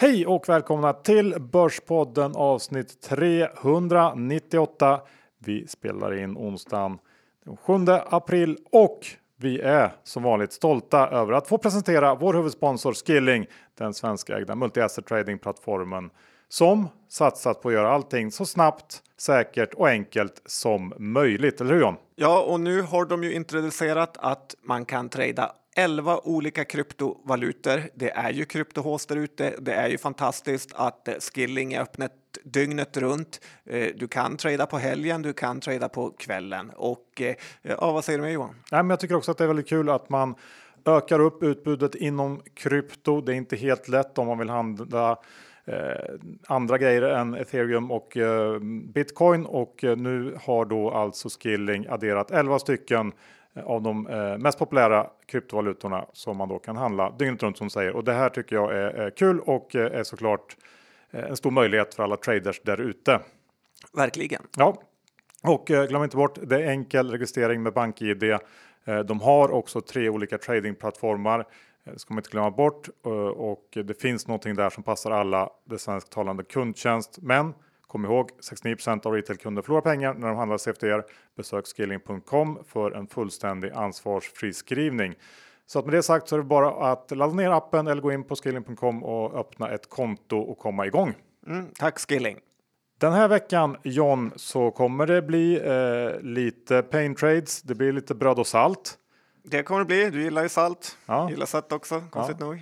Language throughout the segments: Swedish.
Hej och välkomna till Börspodden avsnitt 398. Vi spelar in onsdagen den 7 april och vi är som vanligt stolta över att få presentera vår huvudsponsor Skilling, den svenska ägda multi-asset trading-plattformen som satsat på att göra allting så snabbt, säkert och enkelt som möjligt. Eller hur John? Ja, och nu har de ju introducerat att man kan trada 11 olika kryptovalutor. Det är ju kryptohås där ute. Det är ju fantastiskt att Skilling är öppnet dygnet runt. Du kan trada på helgen, du kan trada på kvällen. Och vad säger du med Johan? Nej, men jag tycker också att det är väldigt kul att man ökar upp utbudet inom krypto. Det är inte helt lätt om man vill handla andra grejer än Ethereum och Bitcoin. Och nu har då alltså Skilling adderat 11 stycken av de mest populära kryptovalutorna som man då kan handla dygnet runt som säger. Och det här tycker jag är kul och är såklart en stor möjlighet för alla traders där ute. Verkligen. Ja, och glöm inte bort, det är enkel registrering med BankID. De har också 3 olika tradingplattformar. Det ska man inte glömma bort. Och det finns någonting där som passar alla, det svensktalande kundtjänst. Men kom ihåg, 69% av retailkunder förlorar pengar när de handlar CFDR. Besök skilling.com för en fullständig ansvarsfri skrivning. Så att med det sagt så är det bara att ladda ner appen eller gå in på skilling.com och öppna ett konto och komma igång. Tack Skilling. Den här veckan John så kommer det bli lite pain trades. Det blir lite bröd och salt. Det kommer det bli. Du gillar ju salt. Ja. Gillar salt också, konstigt nog.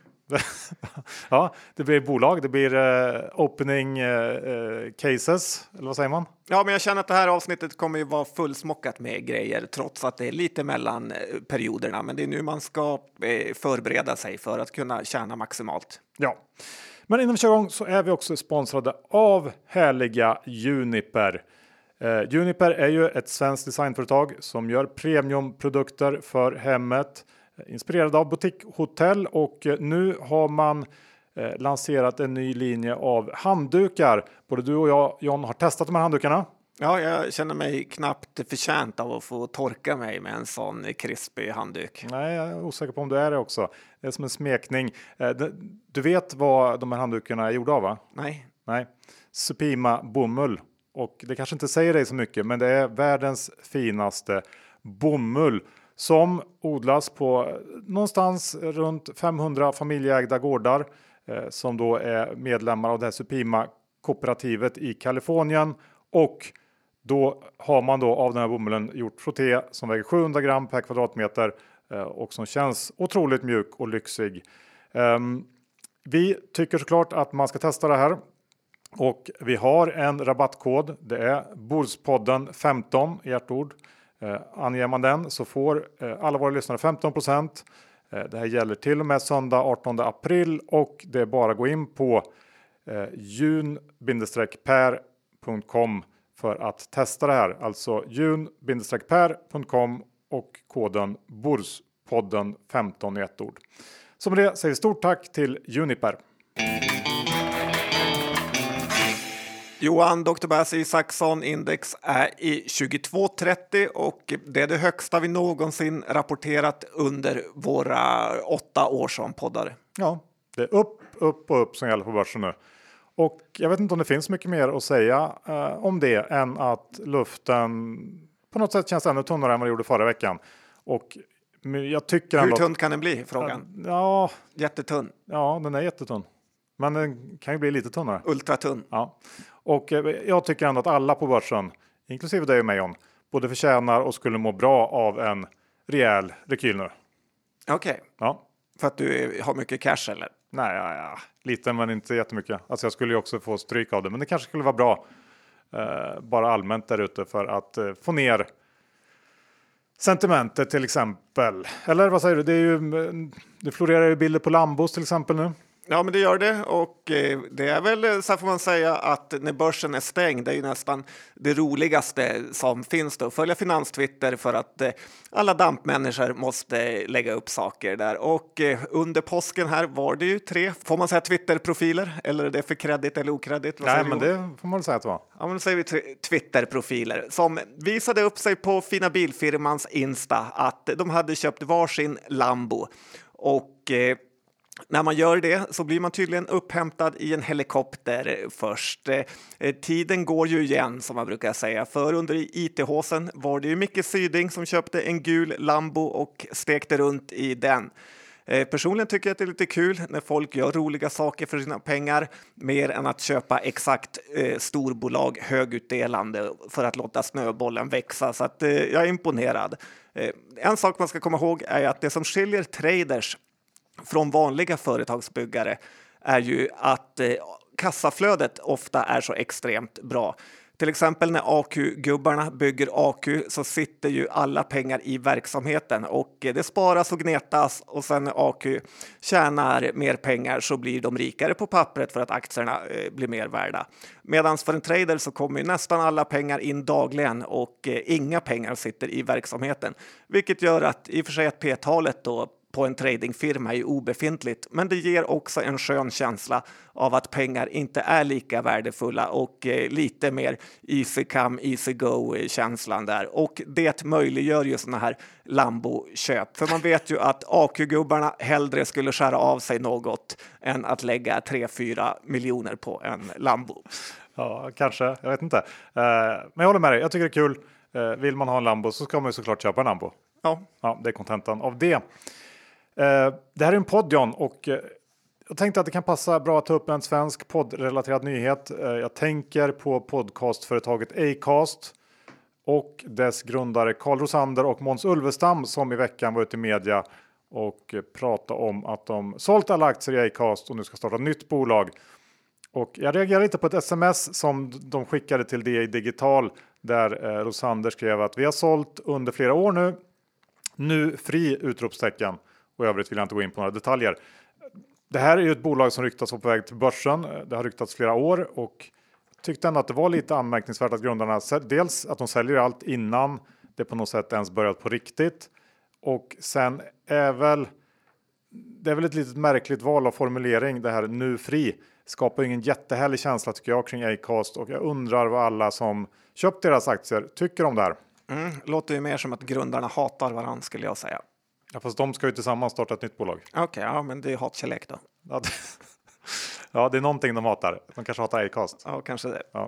Ja, det blir bolag, det blir opening cases, eller vad säger man? Ja, men jag känner att det här avsnittet kommer ju vara fullsmockat med grejer trots att det är lite mellan perioderna. Men det är nu man ska förbereda sig för att kunna tjäna maximalt. Ja, men innan vi kör igång så är vi också sponsrade av härliga Juniper. Juniper är ju ett svenskt designföretag som gör premiumprodukter för hemmet. Inspirerad av boutiquehotell och nu har man lanserat en ny linje av handdukar. Både du och jag, John, har testat de här handdukarna. Ja, jag känner mig knappt förtjänt av att få torka mig med en sån krispig handduk. Nej, jag är osäker på om du är det också. Det är som en smekning. Du vet vad de här handdukarna är gjorda av, va? Nej. Supima bomull. Och det kanske inte säger dig så mycket, men det är världens finaste bomull som odlas på någonstans runt 500 familjeägda gårdar som då är medlemmar av det här Supima-kooperativet i Kalifornien. Och då har man då av den här bomullen gjort frotté som väger 700 gram per kvadratmeter och som känns otroligt mjuk och lyxig. Vi tycker såklart att man ska testa det här. Och vi har en rabattkod, det är Börspodden 15 i ett ord. Anger man den så får alla våra lyssnare 15%. Det här gäller till och med söndag 18 april och det är bara att gå in på jun-per.com för att testa det här. Alltså jun-per.com och koden Börspodden 15 i ett ord. Så med det säger vi stort tack till Juniper. Johan, Dr. Bass Isaksson index är i 2230 och det är det högsta vi någonsin rapporterat under våra 8 år som poddare. Ja, det är upp som gäller på börsen nu. Och jag vet inte om det finns mycket mer att säga om det än att luften på något sätt känns ännu tunnare än vad det gjorde förra veckan. Och jag tycker ändå... Hur tunn kan den bli, frågan? Ja, jättetunn. Ja, den är jättetunn. Men den kan ju bli lite tunnare. Ultratunn. Ja. Och jag tycker ändå att alla på börsen, inklusive dig och mig, John, både förtjänar och skulle må bra av en rejäl rekyl nu. Okej. Ja. För att du har mycket cash eller? Nej, ja. Lite men inte jättemycket. Alltså jag skulle ju också få stryk av det. Men det kanske skulle vara bra. Bara allmänt där ute för att få ner sentimentet till exempel. Eller vad säger du? Det florerar ju bilder på Lambos till exempel nu. Ja, men det gör det och det är väl så får man säga att när börsen är stängd, det är ju nästan det roligaste som finns då. Följa Finanstwitter för att alla dampmänniskor måste lägga upp saker där. Och under påsken här var det ju 3, får man säga Twitter-profiler? Eller är det för kredit eller okredit? Nej, men det får man väl säga att det var. Ja, men då säger vi Twitter-profiler som visade upp sig på Fina Bilfirmans Insta att de hade köpt varsin Lambo och När man gör det så blir man tydligen upphämtad i en helikopter först. Tiden går ju igen som man brukar säga. För under IT-håsen var det ju Micke Syding som köpte en gul Lambo och stekte runt i den. Personligen tycker jag att det är lite kul när folk gör roliga saker för sina pengar mer än att köpa exakt storbolag högutdelande för att låta snöbollen växa. Så att, jag är imponerad. En sak man ska komma ihåg är att det som skiljer traders från vanliga företagsbyggare är ju att kassaflödet ofta är så extremt bra. Till exempel när AQ-gubbarna bygger AQ så sitter ju alla pengar i verksamheten och det sparas och gnetas och sen när AQ tjänar mer pengar så blir de rikare på pappret för att aktierna blir mer värda. Medan för en trader så kommer ju nästan alla pengar in dagligen och inga pengar sitter i verksamheten. Vilket gör att i och för sig att P-talet då på en tradingfirma är obefintligt, men det ger också en skön känsla av att pengar inte är lika värdefulla och lite mer easy come, easy go-känslan där. Och det möjliggör ju såna här Lambo-köp, för man vet ju att AQ-gubbarna hellre skulle skära av sig något än att lägga 3-4 miljoner på en Lambo. Ja, kanske. Jag vet inte. Men jag håller med dig. Jag tycker det är kul. Vill man ha en Lambo så ska man ju såklart köpa en Lambo. Ja, det är kontentan av det. Det här är en podd, John, och jag tänkte att det kan passa bra att ta upp en svensk poddrelaterad nyhet. Jag tänker på podcastföretaget Acast och dess grundare Carl Rosander och Måns Ulvestam som i veckan var ute i media och pratade om att de sålt alla aktier i Acast och nu ska starta ett nytt bolag. Och jag reagerade lite på ett sms som de skickade till DI Digital där Rosander skrev att vi har sålt under flera år nu fri utropstecken. Och i övrigt vill jag inte gå in på några detaljer. Det här är ju ett bolag som ryktas på väg till börsen. Det har ryktats flera år och tyckte ändå att det var lite anmärkningsvärt att grundarna, dels att de säljer allt innan det på något sätt ens börjat på riktigt. Och sen är det är väl ett litet märkligt val av formulering, det här nu fri. Skapar ingen jättehärlig känsla tycker jag kring Acast och jag undrar vad alla som köpt deras aktier tycker om det här. Låter ju mer som att grundarna hatar varandra skulle jag säga. Ja, fast de ska ju tillsammans starta ett nytt bolag. Okej, ja, men det är hatkärlek då. Ja, det är någonting de hatar. De kanske hatar Acast. Ja, kanske det. Ja.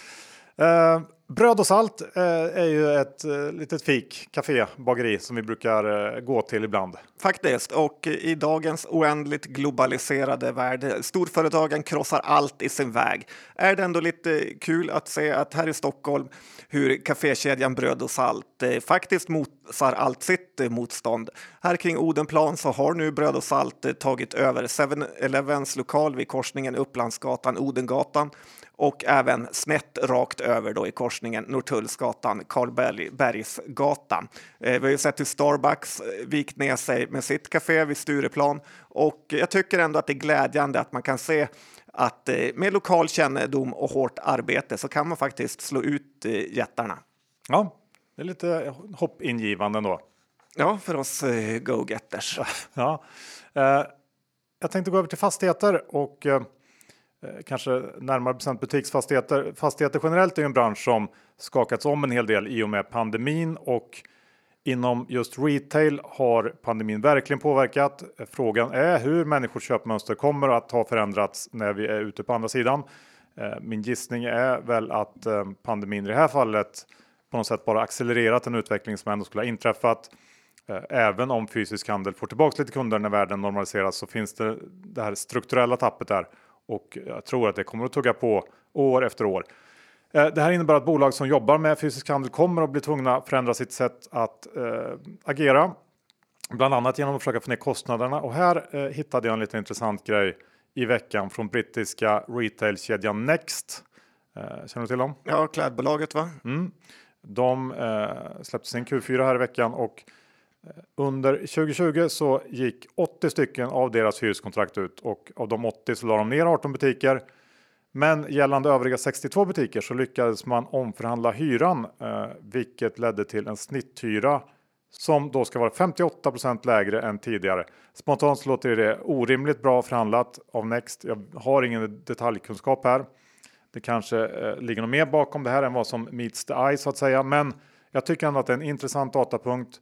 Bröd och salt är ju ett litet fik, café, bageri som vi brukar gå till ibland. Faktiskt, och i dagens oändligt globaliserade värld, storföretagen krossar allt i sin väg. Är det ändå lite kul att se att här i Stockholm hur kafékedjan Bröd och salt faktiskt motsar allt sitt motstånd. Här kring Odenplan så har nu Bröd och salt tagit över 7-Elevens lokal vid korsningen Upplandsgatan, Odengatan. Och även snett rakt över då i korsningen Norrtullsgatan, Karlbergsgatan. Vi har ju sett hur Starbucks vikt ner sig med sitt café vid Stureplan. Och jag tycker ändå att det är glädjande att man kan se att med lokal kännedom och hårt arbete så kan man faktiskt slå ut jättarna. Ja, det är lite hoppingivande då. Ja, för oss go-getters. Ja, jag tänkte gå över till fastigheter och kanske närmare bestämt butiksfastigheter. Fastigheter generellt är ju en bransch som skakats om en hel del i och med pandemin och inom just retail har pandemin verkligen påverkat. Frågan är hur människors köpmönster kommer att ha förändrats när vi är ute på andra sidan. Min gissning är väl att pandemin i det här fallet på något sätt bara accelererat en utveckling som ändå skulle ha inträffat. Även om fysisk handel får tillbaka lite kunder när världen normaliseras så finns det här strukturella tappet där. Och jag tror att det kommer att tugga på år efter år. Det här innebär att bolag som jobbar med fysisk handel kommer att bli tvungna att förändra sitt sätt att agera. Bland annat genom att försöka få ner kostnaderna. Och här hittade jag en lite intressant grej i veckan från brittiska retailkedjan Next. Känner du till dem? Ja, klädbolaget va? De släppte sin Q4 här i veckan och under 2020 så gick 80 stycken av deras hyreskontrakt ut och av de 80 så la de ner 18 butiker. Men gällande övriga 62 butiker så lyckades man omförhandla hyran vilket ledde till en snitthyra som då ska vara 58% lägre än tidigare. Spontant låter det orimligt bra förhandlat av Next. Jag har ingen detaljkunskap här. Det kanske ligger något mer bakom det här än vad som meets the eye så att säga. Men jag tycker ändå att det är en intressant datapunkt.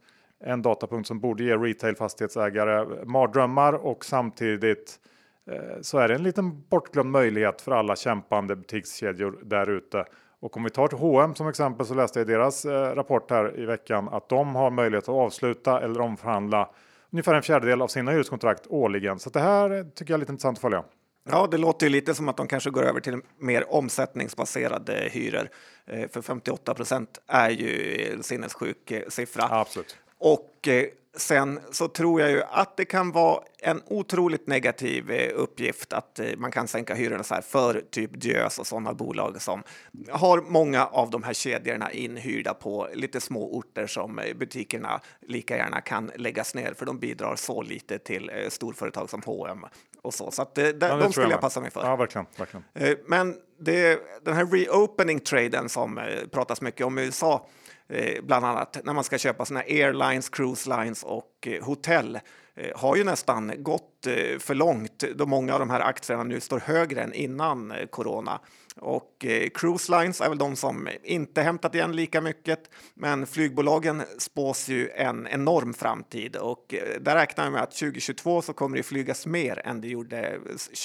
En datapunkt som borde ge retail-fastighetsägare mardrömmar, och samtidigt så är det en liten bortglömd möjlighet för alla kämpande butikskedjor där ute. Och om vi tar till H&M som exempel, så läste jag i deras rapport här i veckan att de har möjlighet att avsluta eller omförhandla ungefär 1/4 av sina hyreskontrakt årligen. Så det här tycker jag är lite intressant att följa. Ja, det låter ju lite som att de kanske går över till mer omsättningsbaserade hyror. För 58% är ju en sinnessjuk siffra. Absolut. Och sen så tror jag ju att det kan vara en otroligt negativ uppgift att man kan sänka hyrorna så här för typ Diös och sådana bolag som har många av de här kedjorna inhyrda på lite små orter som butikerna lika gärna kan läggas ner, för de bidrar så lite till storföretag som H&M och så. Så att de skulle jag passa mig för. Ja, verkligen. Men den här reopening-traden som pratas mycket om i USA, bland annat när man ska köpa såna airlines, cruise lines och hotell, har ju nästan gått för långt då många av de här aktierna nu står högre än innan corona. Och cruise lines är väl de som inte hämtat igen lika mycket, men flygbolagen spås ju en enorm framtid, och där räknar jag med att 2022 så kommer det flygas mer än det gjorde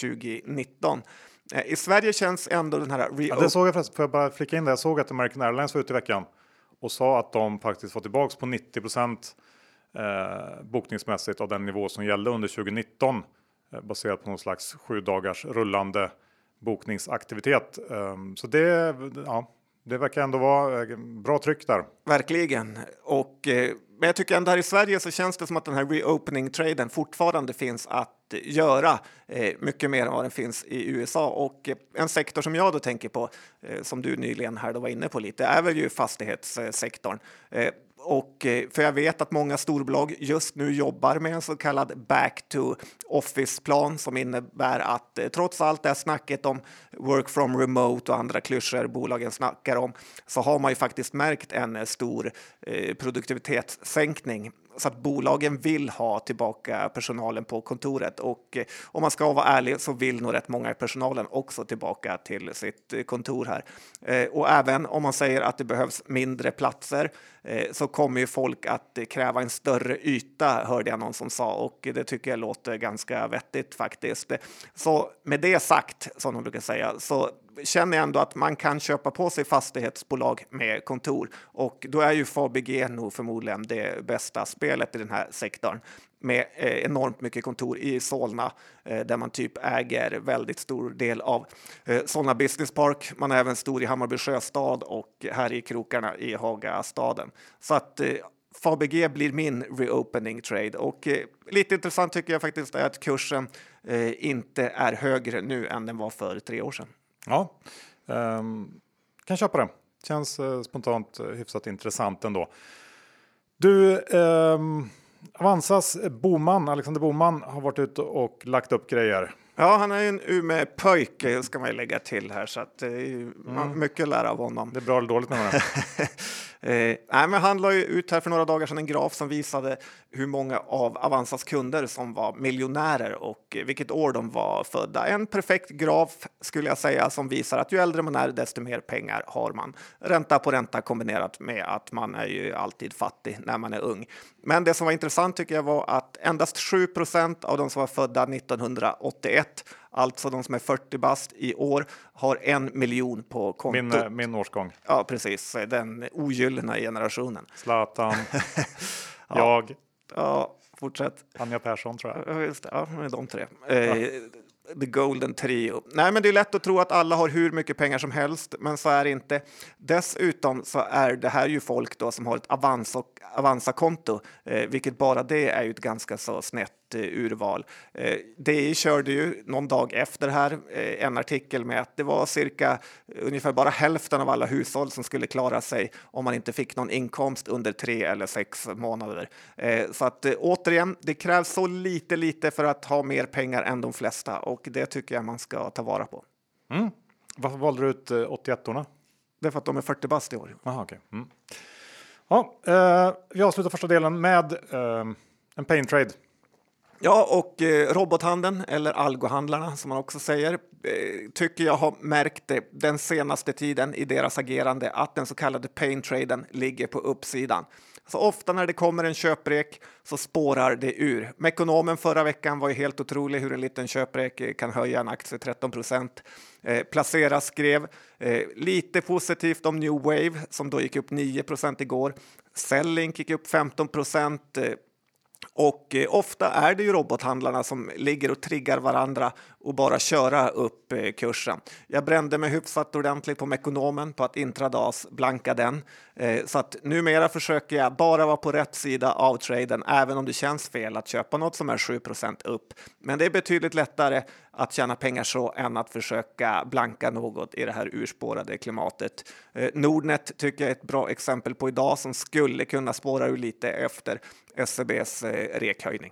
2019. I Sverige känns ändå den här det såg jag förresten, får jag bara flika in det. Jag såg att American Airlines var ute i veckan och sa att de faktiskt var tillbaka på 90% bokningsmässigt av den nivå som gällde under 2019, baserat på någon slags 7 dagars rullande bokningsaktivitet. Så det verkar ändå vara bra tryck där. Verkligen. Och men jag tycker ändå här i Sverige så känns det som att den här reopening-traden fortfarande finns att göra mycket mer än vad den finns i USA. Och en sektor som jag då tänker på, som du nyligen här då var inne på lite, är väl ju fastighetssektorn. Och för jag vet att många storbolag just nu jobbar med en så kallad back to office-plan som innebär att trots allt det här snacket om work from remote och andra klyschor bolagen snackar om, så har man ju faktiskt märkt en stor produktivitetssänkning. Så att bolagen vill ha tillbaka personalen på kontoret, och om man ska vara ärlig så vill nog rätt många i personalen också tillbaka till sitt kontor här. Och även om man säger att det behövs mindre platser så kommer ju folk att kräva en större yta, hörde jag någon som sa, och det tycker jag låter ganska vettigt faktiskt. Så med det sagt, som de brukar säga, så känner jag ändå att man kan köpa på sig fastighetsbolag med kontor, och då är ju Fabege nog förmodligen det bästa spelet i den här sektorn, med enormt mycket kontor i Solna där man typ äger väldigt stor del av Solna Business Park. Man är även stor i Hammarby Sjöstad och här i krokarna i Hagastaden. Så att Fabege blir min reopening trade, och lite intressant tycker jag faktiskt är att kursen inte är högre nu än den var för 3 år sedan. Ja, kan köpa det. Känns spontant hyfsat intressant ändå. Du, Avanzas Alexander Boman har varit ute och lagt upp grejer. Ja, han är ju en Umeå-pöjk ska man ju lägga till här, så att det är mycket att lära av honom. Det är bra eller dåligt med det? Nej, men han la ju ut här för några dagar sedan en graf som visade hur många av Avanzas kunder som var miljonärer och vilket år de var födda. En perfekt graf skulle jag säga, som visar att ju äldre man är desto mer pengar har man. Ränta på ränta kombinerat med att man är ju alltid fattig när man är ung. Men det som var intressant tycker jag var att endast 7% av de som var födda 1981, alltså de som är 40 bast i år, har 1 miljon på kontot. Min årsgång. Ja, precis. Den ogyllene generationen. Zlatan. Jag. Ja, fortsätt. Anja Persson tror jag. Ja, just det. Ja, de 3. The Golden Trio. Nej, men det är lätt att tro att alla har hur mycket pengar som helst, men så är det inte. Dessutom så är det här ju folk då som har ett Avanza-konto, vilket bara det är ju ett ganska så snett urval. DI körde ju någon dag efter här en artikel med att det var ungefär bara hälften av alla hushåll som skulle klara sig om man inte fick någon inkomst under 3 eller 6 månader. Så att återigen, det krävs så lite för att ha mer pengar än de flesta, och det tycker jag man ska ta vara på. Varför valde du ut 81-orna? Det är för att de är 40 bast i år. Aha, okay. Ja, vi avslutar första delen med en pain trade. Ja, och robothandeln, eller algohandlarna som man också säger, tycker jag har märkt det den senaste tiden i deras agerande att den så kallade pain-traden ligger på uppsidan. Så ofta när det kommer en köprek så spårar det ur. Mekonomen förra veckan var ju helt otrolig hur en liten köprek kan höja en aktie 13%. Placera skrev lite positivt om New Wave som då gick upp 9% igår. Cellink gick upp 15%. Och ofta är det ju robothandlarna som ligger och triggar varandra och bara köra upp kursen. Jag brände mig hyfsat ordentligt på Mekonomen på att intradas blanka den. Så att numera försöker jag bara vara på rätt sida av traden även om det känns fel att köpa något som är 7% upp. Men det är betydligt lättare att tjäna pengar så än att försöka blanka något i det här urspårade klimatet. Nordnet tycker jag är ett bra exempel på idag som skulle kunna spåra ur lite efter SEBs rekhöjning.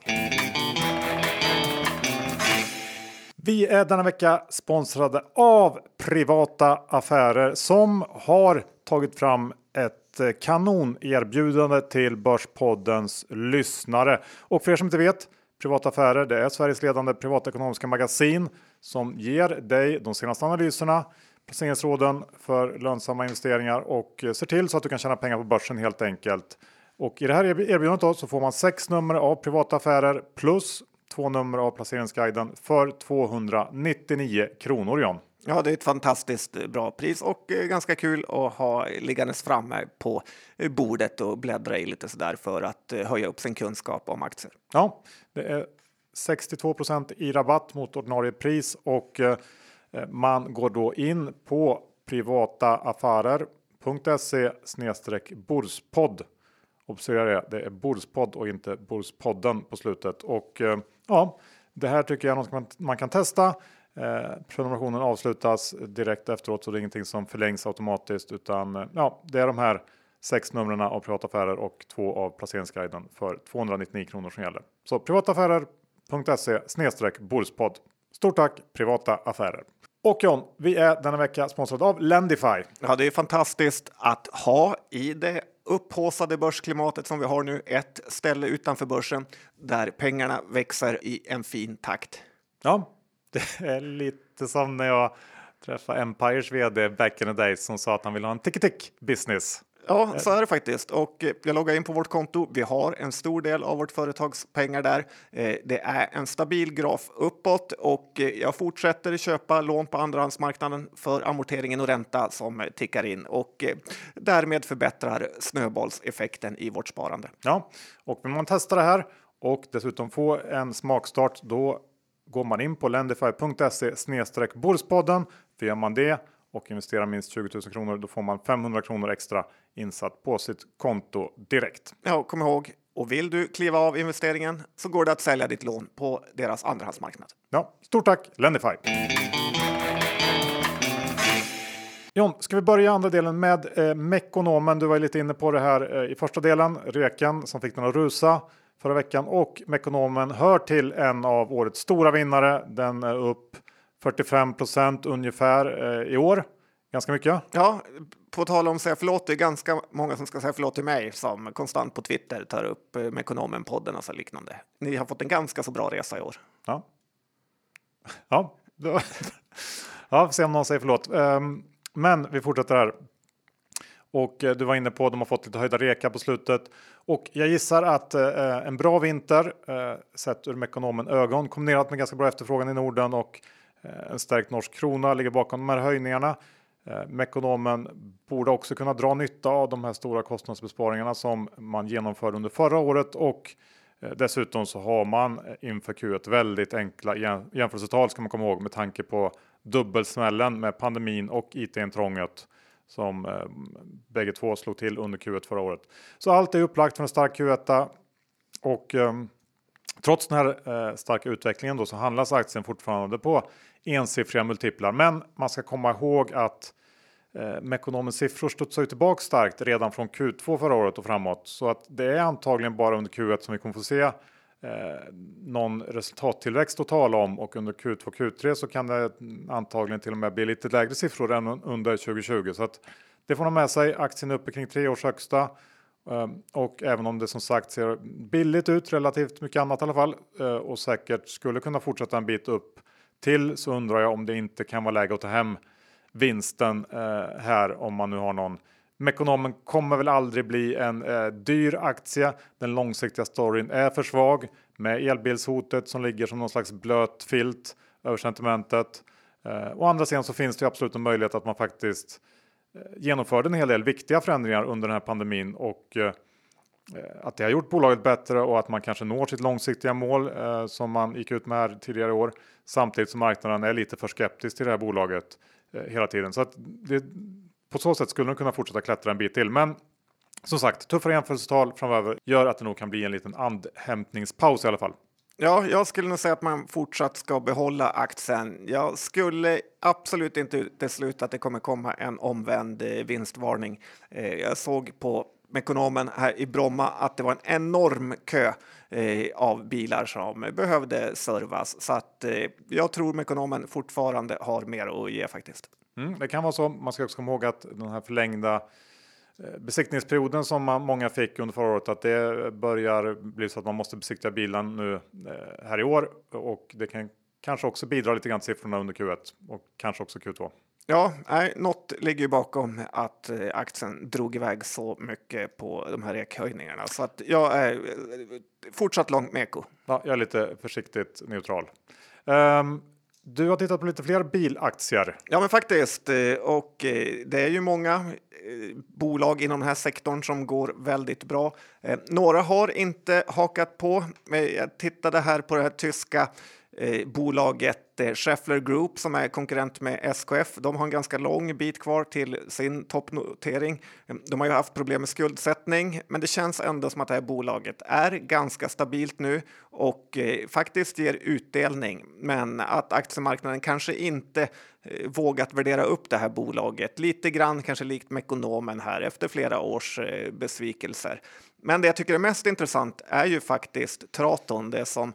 Vi är denna vecka sponsrade av Privata Affärer som har tagit fram ett kanonerbjudande till Börspoddens lyssnare. Och för er som inte vet, Privata Affärer, det är Sveriges ledande privatekonomiska magasin som ger dig de senaste analyserna, placeringsråden för lönsamma investeringar och ser till så att du kan tjäna pengar på börsen helt enkelt. Och i det här erbjudandet då så får man 6 nummer av Privata Affärer plus 2 nummer av placeringsguiden för 299 kronor, John. Ja, det är ett fantastiskt bra pris och ganska kul att ha liggandes framme på bordet och bläddra i lite sådär för att höja upp sin kunskap om aktier. Ja, det är 62% i rabatt mot ordinarie pris och man går då in på privataaffärer.se/borspodd. Observera det är Borspodd och inte Borspodden på slutet. Och ja, det här tycker jag är något man kan testa. Prenumerationen avslutas direkt efteråt så det är ingenting som förlängs automatiskt utan ja, det är de här 6 numren av Privataffärer och 2 av placeringsguiden för 299 kronor som gäller. Så privataaffärer.se/borspodd. Stort tack Privata Affärer. Och John, vi är denna vecka sponsrade av Lendify. Ja, det är fantastiskt att ha i det upphaussade börsklimatet som vi har nu ett ställe utanför börsen där pengarna växer i en fin takt. Ja, det är lite som när jag träffade Empires vd back in the days som sa att han ville ha en tick-tick business. Ja, så är det faktiskt. Och jag loggar in på vårt konto. Vi har en stor del av vårt företags pengar där. Det är en stabil graf uppåt och jag fortsätter köpa lån på andrahandsmarknaden för amorteringen och ränta som tickar in och därmed förbättrar snöbollseffekten i vårt sparande. Ja, och när man testar det här och dessutom få en smakstart då går man in på lendify.se/borspodden. För gör man det och investerar minst 20 000 kronor då får man 500 kronor extra insatt på sitt konto direkt. Ja, kom ihåg. Och vill du kliva av investeringen så går det att sälja ditt lån på deras andrahandsmarknad. Ja, stort tack Lendify! John, ska vi börja andra delen med Mekonomen. Du var lite inne på det här i första delen. Reken som fick den att rusa förra veckan. Och Mekonomen hör till en av årets stora vinnare. Den är upp 45% ungefär i år. Ganska mycket. Ja, på tal om att säga förlåt, det är ganska många som ska säga förlåt till mig som konstant på Twitter tar upp Mekonomen-podden och så liknande. Ni har fått en ganska så bra resa i år. Ja. Ja, får se om någon säger förlåt. Men vi fortsätter här. Och du var inne på att de har fått lite höjda reka på slutet. Och jag gissar att en bra vinter sett ur Mekonomen ögon kombinerat med ganska bra efterfrågan i Norden och en stärkt norsk krona ligger bakom de här höjningarna. Mekonomen borde också kunna dra nytta av de här stora kostnadsbesparingarna som man genomförde under förra året och dessutom så har man inför Q1 väldigt enkla jämförelsetal ska man komma ihåg med tanke på dubbelsmällen med pandemin och IT-intrånget som bägge två slog till under Q1 förra året. Så allt är upplagt för en stark Q1 och trots den här starka utvecklingen då så handlas aktien fortfarande på ensiffriga multiplar. Men man ska komma ihåg att Mekonomens siffror studsar ju tillbaka starkt redan från Q2 förra året och framåt. Så att det är antagligen bara under Q1 som vi kommer få se någon resultattillväxt att tala om. Och under Q2 och Q3 så kan det antagligen till och med bli lite lägre siffror än under 2020. Så att det får man med sig. Aktien är uppe kring 3 års högsta. Och även om det som sagt ser billigt ut, relativt mycket annat i alla fall, och säkert skulle kunna fortsätta en bit upp till, så undrar jag om det inte kan vara läge att ta hem vinsten här om man nu har någon. Mekonomen kommer väl aldrig bli en dyr aktie. Den långsiktiga storyn är för svag med elbilshotet som ligger som någon slags blöt filt över sentimentet. Å andra sidan så finns det absolut en möjlighet att man faktiskt genomförde en hel del viktiga förändringar under den här pandemin och att det har gjort bolaget bättre och att man kanske når sitt långsiktiga mål som man gick ut med här tidigare i år, samtidigt som marknaden är lite för skeptisk till det här bolaget hela tiden. Så att på så sätt skulle de kunna fortsätta klättra en bit till. Men som sagt, tuffare jämförelsetal framöver gör att det nog kan bli en liten andhämtningspaus i alla fall. Ja, jag skulle nog säga att man fortsatt ska behålla aktien. Jag skulle absolut inte utesluta att det kommer komma en omvänd vinstvarning. Jag såg på Mekonomen här i Bromma att det var en enorm kö av bilar som behövde servas. Så att jag tror Mekonomen fortfarande har mer att ge faktiskt. Det kan vara så. Man ska också komma ihåg att den här förlängda besiktningsperioden som många fick under förra året, att det börjar bli så att man måste besiktiga bilen nu här i år, och det kan kanske också bidra lite grann till siffrorna under Q1 och kanske också Q2. Ja, något ligger ju bakom att aktien drog iväg så mycket på de här rekhöjningarna, så att jag är fortsatt långt med Eko. Ja, jag är lite försiktigt neutral. Du har tittat på lite fler bilaktier. Ja, men faktiskt. Och det är ju många bolag inom den här sektorn som går väldigt bra. Några har inte hakat på. Jag tittade här på det här tyska bolaget Schaeffler Group som är konkurrent med SKF. De har en ganska lång bit kvar till sin toppnotering. De har ju haft problem med skuldsättning, men det känns ändå som att det här bolaget är ganska stabilt nu och faktiskt ger utdelning. Men att aktiemarknaden kanske inte vågat värdera upp det här bolaget. Lite grann kanske likt Mekonomen här efter flera års besvikelser. Men det jag tycker är mest intressant är ju faktiskt Traton, det som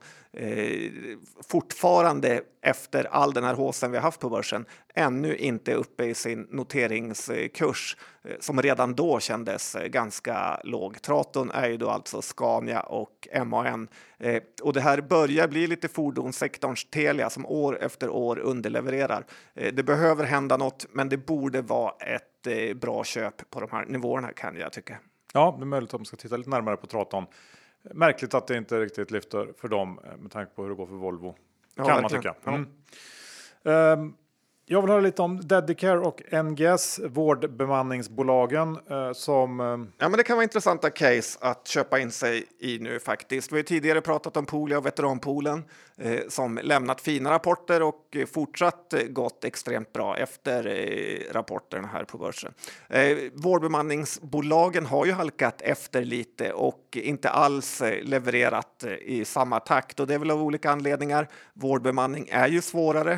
fortfarande efter all den här håsen vi har haft på börsen ännu inte är uppe i sin noteringskurs som redan då kändes ganska låg. Traton är ju då alltså Scania och MAN. Och det här börjar bli lite fordonssektorns Telia som år efter år underlevererar. Det behöver hända något, men det borde vara ett bra köp på de här nivåerna kan jag tycka. Ja, det är möjligt att man ska titta lite närmare på Traton. Märkligt att det inte riktigt lyfter för dem med tanke på hur det går för Volvo. Ja, kan verkligen. Man tycka. Jag vill höra lite om Dedicare och NGS, vårdbemanningsbolagen som... Ja, men det kan vara intressanta case att köpa in sig i nu faktiskt. Vi har tidigare pratat om Poolia och Veteranpoolen som lämnat fina rapporter och fortsatt gått extremt bra efter rapporterna här på börsen. Vårdbemanningsbolagen har ju halkat efter lite och inte alls levererat i samma takt, och det är väl av olika anledningar. Vårdbemanning är ju svårare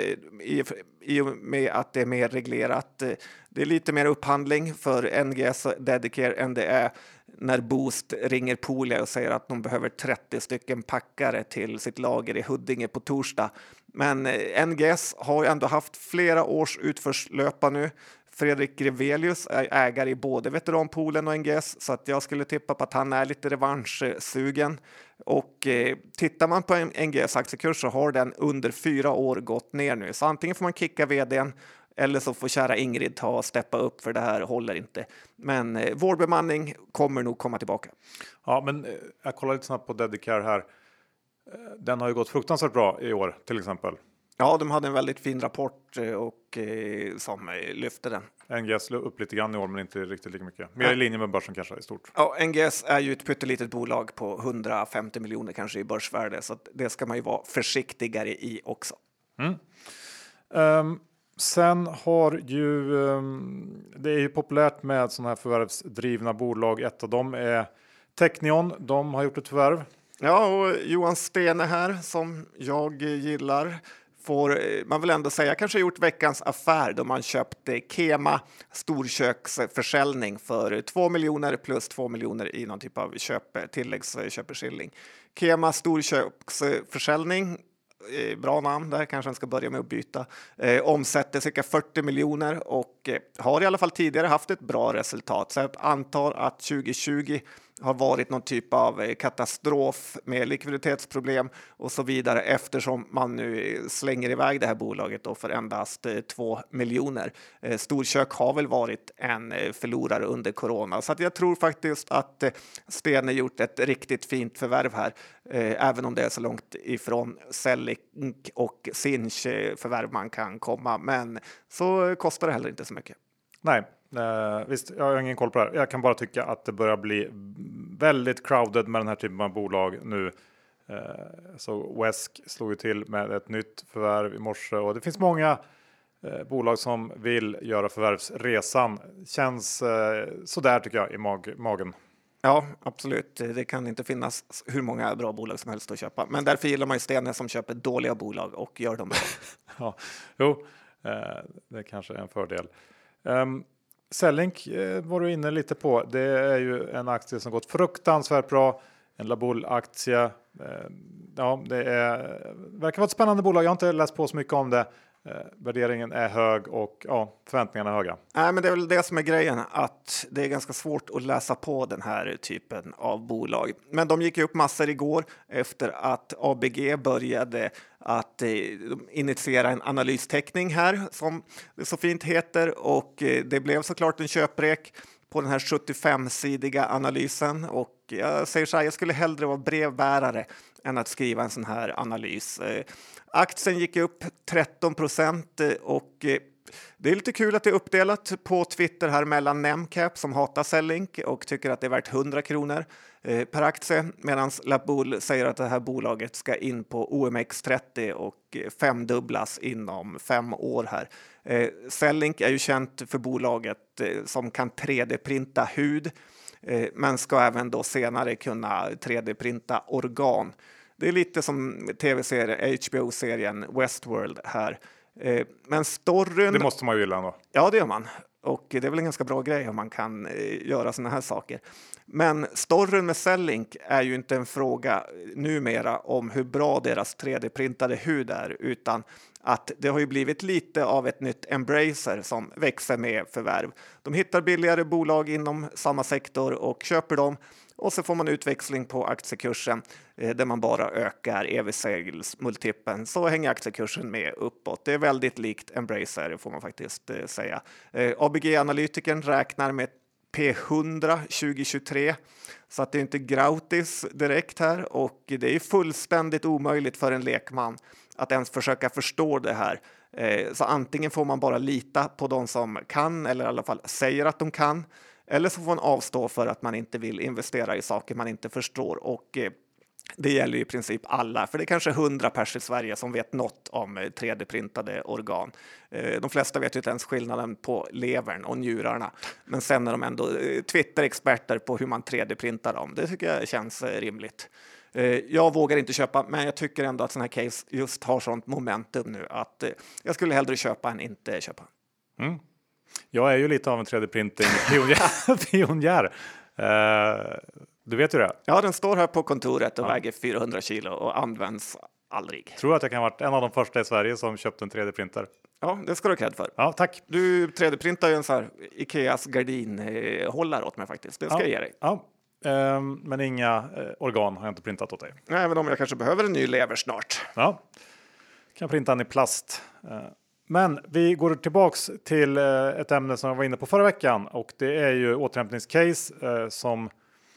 i och med att det är mer reglerat. Det är lite mer upphandling för NGS och Dedicare än det är när Boost ringer Poolia och säger att de behöver 30 stycken packare till sitt lager i Huddinge på torsdag. Men NGS har ändå haft flera års utförslöpa nu. Fredrik Grevelius är ägare i både Veteranpoolen och NGS, så att jag skulle tippa på att han är lite revanschsugen. Och tittar man på en NGS aktiekurs så har den under 4 år gått ner nu. Så antingen får man kicka vdn eller så får kära Ingrid ta och steppa upp, för det här håller inte. Men vårdbemanning kommer nog komma tillbaka. Ja, men jag kollar lite snabbt på Dedicare här. Den har ju gått fruktansvärt bra i år till exempel. Ja, de hade en väldigt fin rapport och som lyfte den. NGS upp lite grann i år, men inte riktigt lika mycket. Mer i linje med börsen kanske i stort. Ja, NGS är ju ett pyttelitet bolag på 150 miljoner kanske i börsvärde, så att det ska man ju vara försiktigare i också. Sen har ju, det är ju populärt med sådana här förvärvsdrivna bolag. Ett av dem är Technion. De har gjort ett förvärv. Ja, och Johan Stene här som jag gillar får man väl ändå säga kanske gjort veckans affär då man köpte Kema storköksförsäljning för 2 miljoner plus 2 miljoner i någon typ av tilläggsköpeskilling. Kema storköksförsäljning, bra namn där, kanske han ska börja med att byta. Omsätter cirka 40 miljoner och och har i alla fall tidigare haft ett bra resultat. Så jag antar att 2020 har varit någon typ av katastrof med likviditetsproblem och så vidare, eftersom man nu slänger iväg det här bolaget då för endast 2 miljoner. Storkök har väl varit en förlorare under corona, så att jag tror faktiskt att Stene gjort ett riktigt fint förvärv här, även om det är så långt ifrån Sellink och Sinch förvärv man kan komma, men så kostar det heller inte så mycket. Nej. Visst, jag har ingen koll på det här. Jag kan bara tycka att det börjar bli väldigt crowded med den här typen av bolag nu. Så Wesk slog ju till med ett nytt förvärv i morse och det finns många bolag som vill göra förvärvsresan. Känns sådär tycker jag i magen. Ja, absolut. Det kan inte finnas hur många bra bolag som helst att köpa. Men därför gillar man ju Stene som köper dåliga bolag och gör dem bra. Ja, jo, det kanske är en fördel. Sellink var du inne lite på. Det är ju en aktie som gått fruktansvärt bra. En Labull-aktie. Ja, det verkar vara ett spännande bolag. Jag har inte läst på så mycket om det. Värderingen är hög och ja, förväntningarna är höga. Nej, men det är väl det som är grejen, att det är ganska svårt att läsa på den här typen av bolag. Men de gick ju upp massor igår efter att ABG började att initiera en analysteckning här, som det så fint heter, och det blev såklart en köprek på den här 75-sidiga analysen, och jag säger så här, jag skulle hellre vara brevbärare än att skriva en sån här analys. Aktien gick upp 13% och det är lite kul att det är uppdelat på Twitter här mellan Nemcap som hatar Sellink och tycker att det är värt 100 kronor per aktie, medan Labull säger att det här bolaget ska in på OMX30 och femdubblas inom 5 år här. Sellink är ju känt för bolaget som kan 3D-printa hud, men ska även då senare kunna 3D-printa organ. Det är lite som tv-serien, HBO-serien Westworld här. Men storyn... Det måste man ju gilla ändå. Ja, det gör man. Och det är väl en ganska bra grej om man kan göra såna här saker. Men storyn med Sellink är ju inte en fråga numera om hur bra deras 3D-printade hud är, utan att det har ju blivit lite av ett nytt Embracer som växer med förvärv. De hittar billigare bolag inom samma sektor och köper dem. Och så får man utväxling på aktiekursen där man bara ökar EV-sales-multipeln, så hänger aktiekursen med uppåt. Det är väldigt likt Embracer, får man faktiskt säga. ABG-analytikern räknar med P100 2023, så att det är inte gratis direkt här, och det är fullständigt omöjligt för en lekman att ens försöka förstå det här. Så antingen får man bara lita på de som kan, eller i alla fall säger att de kan, eller så får man avstå för att man inte vill investera i saker man inte förstår. Och det gäller ju i princip alla, för det är kanske 100 pers i Sverige som vet något om 3D-printade organ. De flesta vet ju inte ens skillnaden på levern och njurarna, men sen är de ändå Twitter-experter på hur man 3D-printar dem. Det tycker jag känns rimligt. Jag vågar inte köpa, men jag tycker ändå att sådana här case just har sånt momentum nu att jag skulle hellre köpa än inte köpa. Mm. Jag är ju lite av en 3D-printing-pionjär. Du vet ju det. Ja, den står här på kontoret och väger 400 kilo och används aldrig. Tror att jag kan ha varit en av de första i Sverige som köpte en 3D-printer. Ja, det ska du ha cred för. Ja, tack. Du 3D-printar ju en sån här Ikeas gardinhållare åt mig faktiskt. Det ska jag ge dig. Ja. Men inga organ har jag inte printat åt dig. Nej, även om jag kanske behöver en ny lever snart. Ja, kan printa den i plast. Men vi går tillbaks till ett ämne som jag var inne på förra veckan, och det är ju återhämtningscase som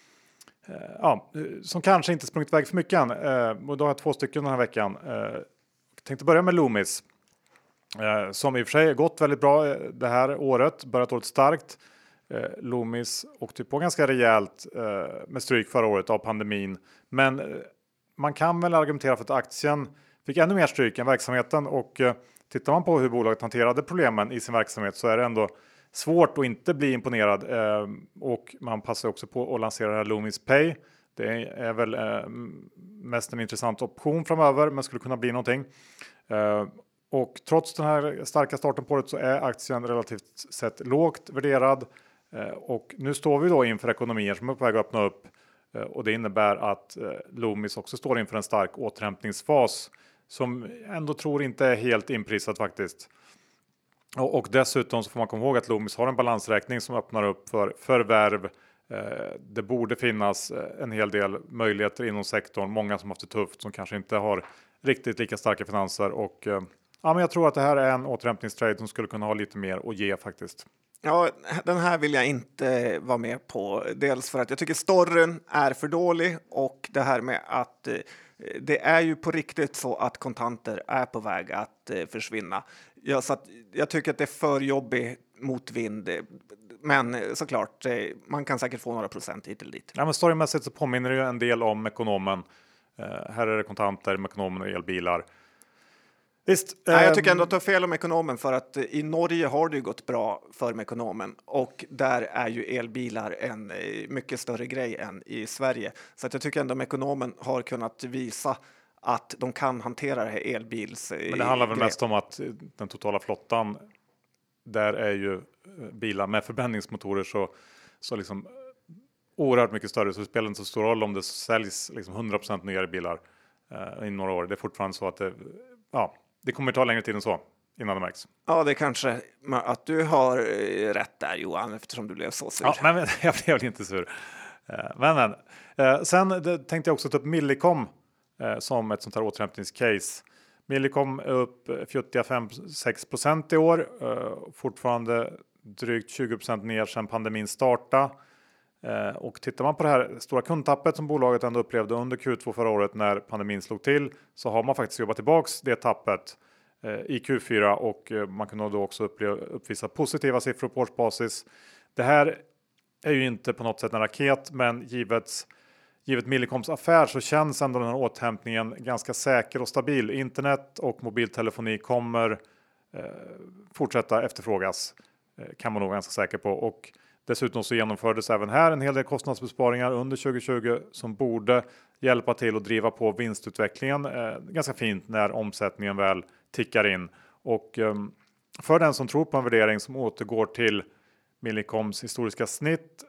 kanske inte sprungit iväg för mycket än. Och då har jag 2 stycken den här veckan. Jag tänkte börja med Loomis, som i och för sig gått väldigt bra det här året, börjat året starkt. Loomis åkte på ganska rejält med stryk förra året av pandemin, men man kan väl argumentera för att aktien fick ännu mer stryk än verksamheten, och tittar man på hur bolaget hanterade problemen i sin verksamhet så är det ändå svårt att inte bli imponerad, och man passar också på att lansera det här Loomis Pay. Det är väl mest en intressant option framöver, men skulle kunna bli någonting. Och trots den här starka starten på året så är aktien relativt sett lågt värderad. Och nu står vi då inför ekonomier som är på väg att öppna upp, och det innebär att Loomis också står inför en stark återhämtningsfas som ändå tror inte är helt inprisat faktiskt. Och dessutom så får man komma ihåg att Loomis har en balansräkning som öppnar upp för förvärv. Det borde finnas en hel del möjligheter inom sektorn. Många som haft det tufft som kanske inte har riktigt lika starka finanser. Och men jag tror att det här är en återhämtningstrade som skulle kunna ha lite mer att ge faktiskt. Ja, den här vill jag inte vara med på. Dels för att jag tycker storyn är för dålig och det här med att det är ju på riktigt så att kontanter är på väg att försvinna. Ja, så att jag tycker att det är för jobbig motvind. Men såklart, man kan säkert få några procent hit eller dit. Ja, men storymässigt så påminner det ju en del om Mekonomen. Här är det kontanter, Mekonomen och elbilar. Visst, nej, jag tycker ändå att du har fel om Mekonomen, för att i Norge har det ju gått bra för Mekonomen och där är ju elbilar en mycket större grej än i Sverige. Så att jag tycker ändå att Mekonomen har kunnat visa att de kan hantera det här elbils. Men det handlar väl mest om att den totala flottan, där är ju bilar med förbränningsmotorer så liksom oerhört mycket större, så det spelar inte så stor roll om det säljs liksom 100% nyare bilar i några år. Det är fortfarande så att det kommer ta längre tid än så innan det märks. Ja, det är kanske att du har rätt där, Johan, eftersom du blev så sur. Ja, men jag blev inte sur. Men. Sen tänkte jag också ta upp Millicom som ett sånt här återhämtningscase. Millicom är upp 45-6% i år. Fortfarande drygt 20% ner sedan pandemin startade. Och tittar man på det här stora kundtappet som bolaget ändå upplevde under Q2 förra året när pandemin slog till, så har man faktiskt jobbat tillbaks det tappet i Q4 och man kunde då också uppvisa positiva siffror på årsbasis. Det här är ju inte på något sätt en raket, men givet Millicoms affär så känns ändå den här återhämtningen ganska säker och stabil. Internet och mobiltelefoni kommer fortsätta efterfrågas, kan man nog ganska säker på. Och dessutom så genomfördes även här en hel del kostnadsbesparingar under 2020 som borde hjälpa till att driva på vinstutvecklingen ganska fint när omsättningen väl tickar in. Och för den som tror på en värdering som återgår till Millicoms historiska snitt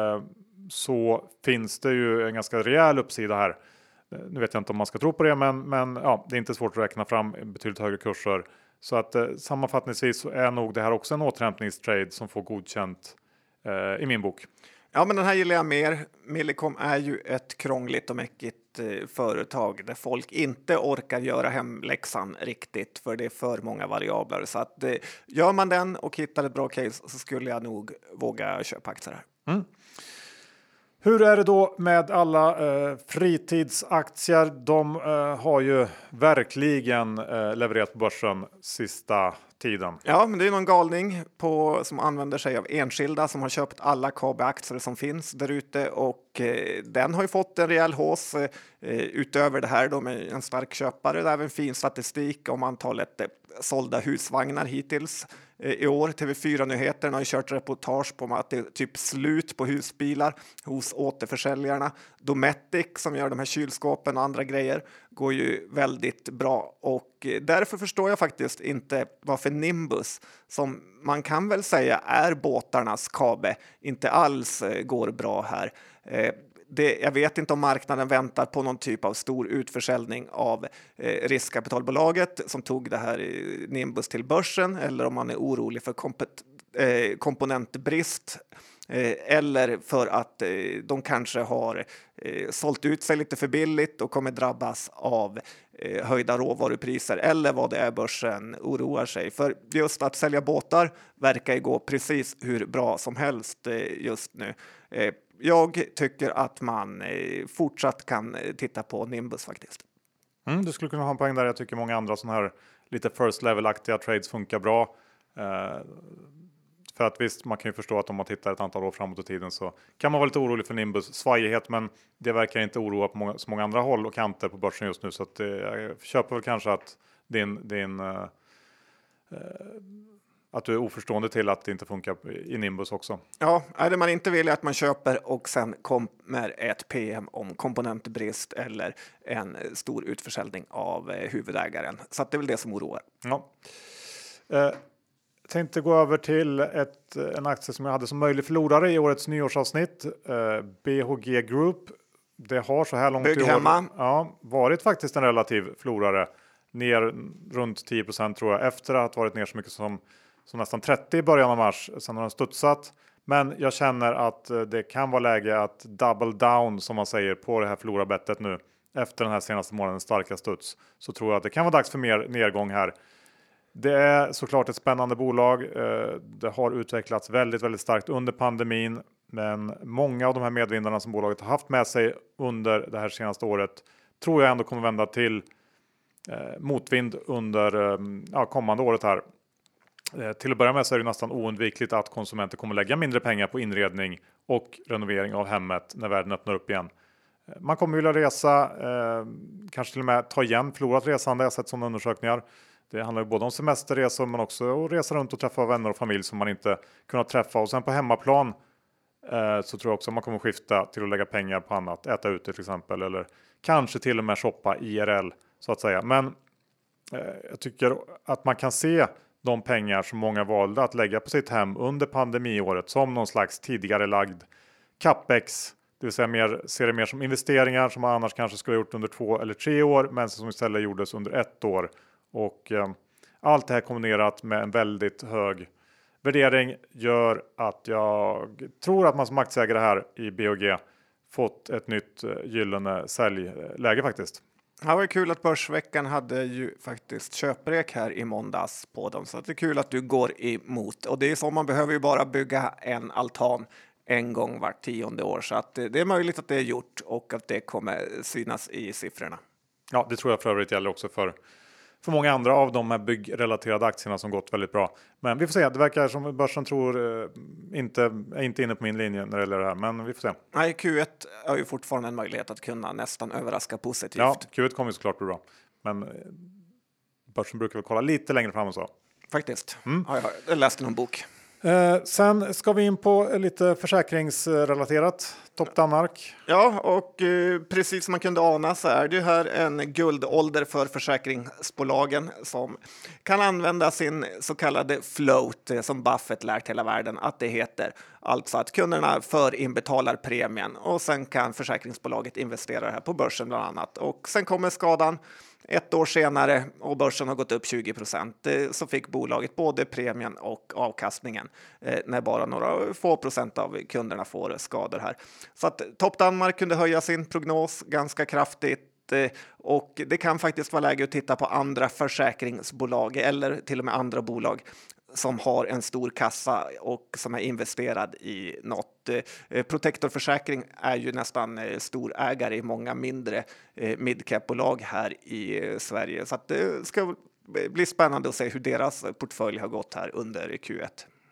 så finns det ju en ganska rejäl uppsida här. Nu vet jag inte om man ska tro på det, men ja, det är inte svårt att räkna fram betydligt högre kurser. Så att sammanfattningsvis så är nog det här också en återhämtningstrade som får godkänt i min bok. Ja, men den här gillar jag mer. Millicom är ju ett krångligt och mäckigt företag där folk inte orkar göra hemläxan riktigt, för det är för många variabler. Så att gör man den och hittar ett bra case så skulle jag nog våga köpa aktier här. Mm. Hur är det då med alla fritidsaktier? De har ju verkligen levererat på börsen sista tiden. Ja, men det är någon galning som använder sig av enskilda som har köpt alla KB-aktier som finns där ute, och den har ju fått en rejäl hås utöver det här. De är en stark köpare. Det är även fin statistik om antalet sålda husvagnar hittills i år. TV4-nyheterna har ju kört reportage på att det är typ slut på husbilar hos återförsäljarna. Dometic som gör de här kylskåpen och andra grejer går ju väldigt bra, och därför förstår jag faktiskt inte varför Nimbus, som man kan väl säga är båtarnas KB, inte alls går bra här. Jag vet inte om marknaden väntar på någon typ av stor utförsäljning av riskkapitalbolaget som tog det här Nimbus till börsen, eller om man är orolig för komponentbrist, eller för att de kanske har sålt ut sig lite för billigt och kommer drabbas av höjda råvarupriser, eller vad det är börsen oroar sig för. Just att sälja båtar verkar ju gå precis hur bra som helst just nu. Jag tycker att man fortsatt kan titta på Nimbus faktiskt. Du skulle kunna ha en poäng där. Jag tycker många andra sådana här lite first level-aktiga trades funkar bra. För att visst, man kan ju förstå att om man tittar ett antal år framåt i tiden så kan man vara lite orolig för Nimbus svajighet, men det verkar inte oroa på så många andra håll och kanter på börsen just nu. Så att, jag köper väl kanske att att du är oförstående till att det inte funkar i Nimbus också. Ja, det man inte vill är att man köper och sen kommer ett PM om komponentbrist eller en stor utförsäljning av huvudägaren. Så att det är väl det som oroar. Ja. Jag tänkte gå över till en aktie som jag hade som möjlig förlorare i årets nyårsavsnitt. BHG Group. Det har så här långt i år varit faktiskt en relativ förlorare. Ner runt 10% tror jag, efter att ha varit ner så mycket som som nästan 30 i början av mars. Sen har den studsat. Men jag känner att det kan vara läge att double down, som man säger, på det här förlorarbettet nu. Efter den här senaste månadens starka studs. Så tror jag att det kan vara dags för mer nedgång här. Det är såklart ett spännande bolag. Det har utvecklats väldigt, väldigt starkt under pandemin. Men många av de här medvindarna som bolaget har haft med sig under det här senaste året tror jag ändå kommer vända till motvind under kommande året här. Till att börja med så är det nästan oundvikligt att konsumenter kommer lägga mindre pengar på inredning och renovering av hemmet när världen öppnar upp igen. Man kommer vilja resa, kanske till och med ta igen förlorat resande. Jag har sett sådana undersökningar. Det handlar ju både om semesterresor men också att resa runt och träffa vänner och familj som man inte kunnat träffa. Och sen på hemmaplan så tror jag också att man kommer skifta till att lägga pengar på annat. Äta ute till exempel, eller kanske till och med shoppa IRL så att säga. Men jag tycker att man kan se de pengar som många valde att lägga på sitt hem under pandemiåret som någon slags tidigare lagd capex. Det vill säga ser det mer som investeringar som man annars kanske skulle ha gjort under 2 eller 3 år, men som istället gjordes under 1 år. Och allt det här kombinerat med en väldigt hög värdering gör att jag tror att man som aktieägare här i BOG fått ett nytt gyllene säljläge faktiskt. Det var kul att Börsveckan hade ju faktiskt köprek här i måndags på dem, så det är kul att du går emot. Och det är så, man behöver ju bara bygga en altan en gång vart 10:e år, så att det är möjligt att det är gjort och att det kommer synas i siffrorna. Ja, det tror jag för övrigt gäller också för många andra av de här byggrelaterade aktierna som gått väldigt bra. Men vi får se, det verkar som börsen tror är inte inne på min linje när det gäller det här, men vi får se. Nej, Q1 är ju fortfarande en möjlighet att kunna nästan överraska positivt. Ja, Q1 kommer ju såklart bli bra, men börsen brukar väl kolla lite längre fram och så. Faktiskt, ja, jag läste någon bok. Sen ska vi in på lite försäkringsrelaterat. Top Danmark. Ja, och precis som man kunde ana så är det här en guldålder för försäkringsbolagen som kan använda sin så kallade float, som Buffett lärt hela världen att det heter. Alltså att kunderna förinbetalar premien och sen kan försäkringsbolaget investera det här på börsen bland annat. Och sen kommer skadan 1 år senare och börsen har gått upp 20%, så fick bolaget både premien och avkastningen när bara några få procent av kunderna får skador här. Så att Top Danmark kunde höja sin prognos ganska kraftigt och det kan faktiskt vara läge att titta på andra försäkringsbolag eller till och med andra bolag som har en stor kassa och som är investerad i något. Protectorförsäkring är ju nästan stor ägare i många mindre midcap-bolag här i Sverige. Så att det ska bli spännande att se hur deras portfölj har gått här under Q1.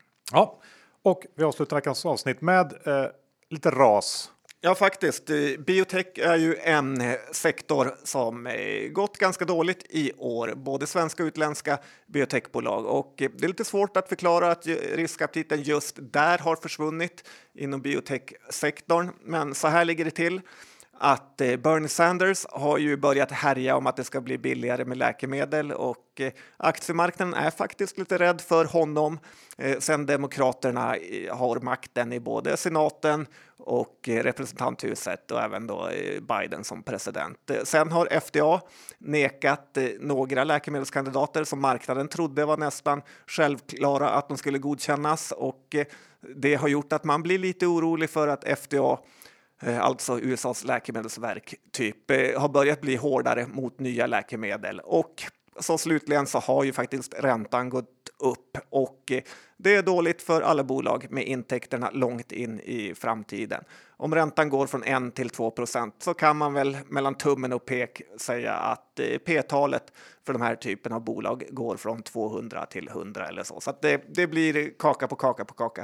Ja, och vi avslutar veckans avsnitt med lite ras. Ja, faktiskt. Biotech är ju en sektor som gått ganska dåligt i år. Både svenska och utländska biotechbolag. Och det är lite svårt att förklara att riskaptiten just där har försvunnit inom biotechsektorn. Men så här ligger det till. Att Bernie Sanders har ju börjat härja om att det ska bli billigare med läkemedel och aktiemarknaden är faktiskt lite rädd för honom sen demokraterna har makten i både senaten och representanthuset och även då Biden som president. Sen har FDA nekat några läkemedelskandidater som marknaden trodde var nästan självklara att de skulle godkännas, och det har gjort att man blir lite orolig för att FDA, alltså USAs läkemedelsverk, har börjat bli hårdare mot nya läkemedel. Och så slutligen så har ju faktiskt räntan gått upp och det är dåligt för alla bolag med intäkterna långt in i framtiden. Om räntan går från 1 till 2% så kan man väl mellan tummen och pek säga att P-talet för de här typen av bolag går från 200 till 100 eller så. Så att det blir kaka på kaka på kaka.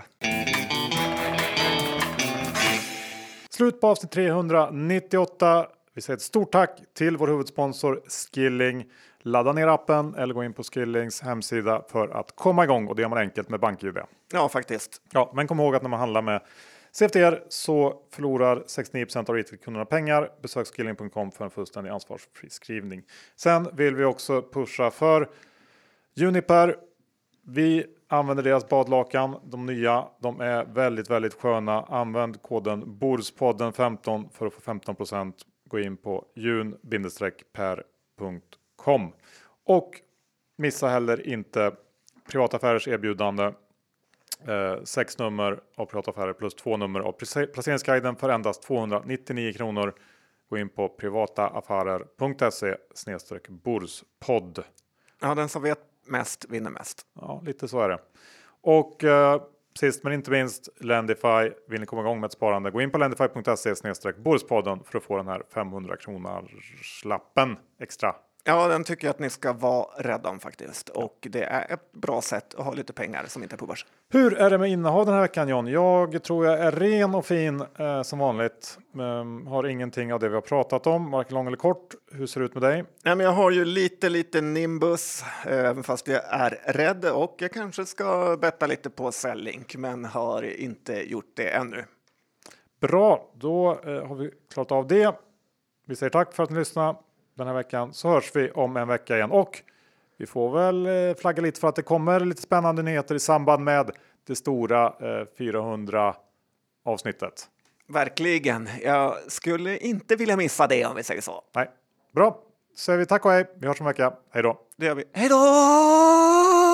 Slut på avsnitt 398. Vi säger ett stort tack till vår huvudsponsor Skilling. Ladda ner appen eller gå in på Skillings hemsida för att komma igång, och det gör man enkelt med BankID. Ja, faktiskt. Ja, men kom ihåg att när man handlar med CFDR så förlorar 69% av retailkunderna pengar. Besök skilling.com för en fullständig ansvarsfri skrivning. Sen vill vi också pusha för Uniper. Vi använder deras badlakan, de nya. De är väldigt, väldigt sköna. Använd koden BORSPODDEN15 för att få 15%. Gå in på jun-per.com. Och missa heller inte Privata Affärers erbjudande. 6 nummer av Privata Affärer plus 2 nummer av Placeringsguiden för endast 299 kronor. Gå in på privataaffärer.se/borspodd. Ja, den som vet mest vinner mest. Ja, lite så är det. Och sist men inte minst, Lendify. Vill ni komma igång med ett sparande, gå in på lendify.se/borspodden för att få den här 500 kronor slappen extra. Ja, den tycker jag att ni ska vara rädda om faktiskt. Och det är ett bra sätt att ha lite pengar som inte är på börs. Hur är det med innehav den här veckan, John? Jag tror jag är ren och fin som vanligt. Har ingenting av det vi har pratat om, varken lång eller kort. Hur ser det ut med dig? Nej, men jag har ju lite Nimbus, även fast jag är rädd. Och jag kanske ska betta lite på Sellink, men har inte gjort det ännu. Bra, då har vi klarat av det. Vi säger tack för att ni lyssnade den här veckan. Så hörs vi om en vecka igen. Och vi får väl flagga lite för att det kommer lite spännande nyheter i samband med det stora 400 avsnittet. Verkligen. Jag skulle inte vilja missa det om vi säger så. Nej, bra. Så säger vi tack och hej. Vi hörs om en vecka. Hej då. Det gör vi. Hej då!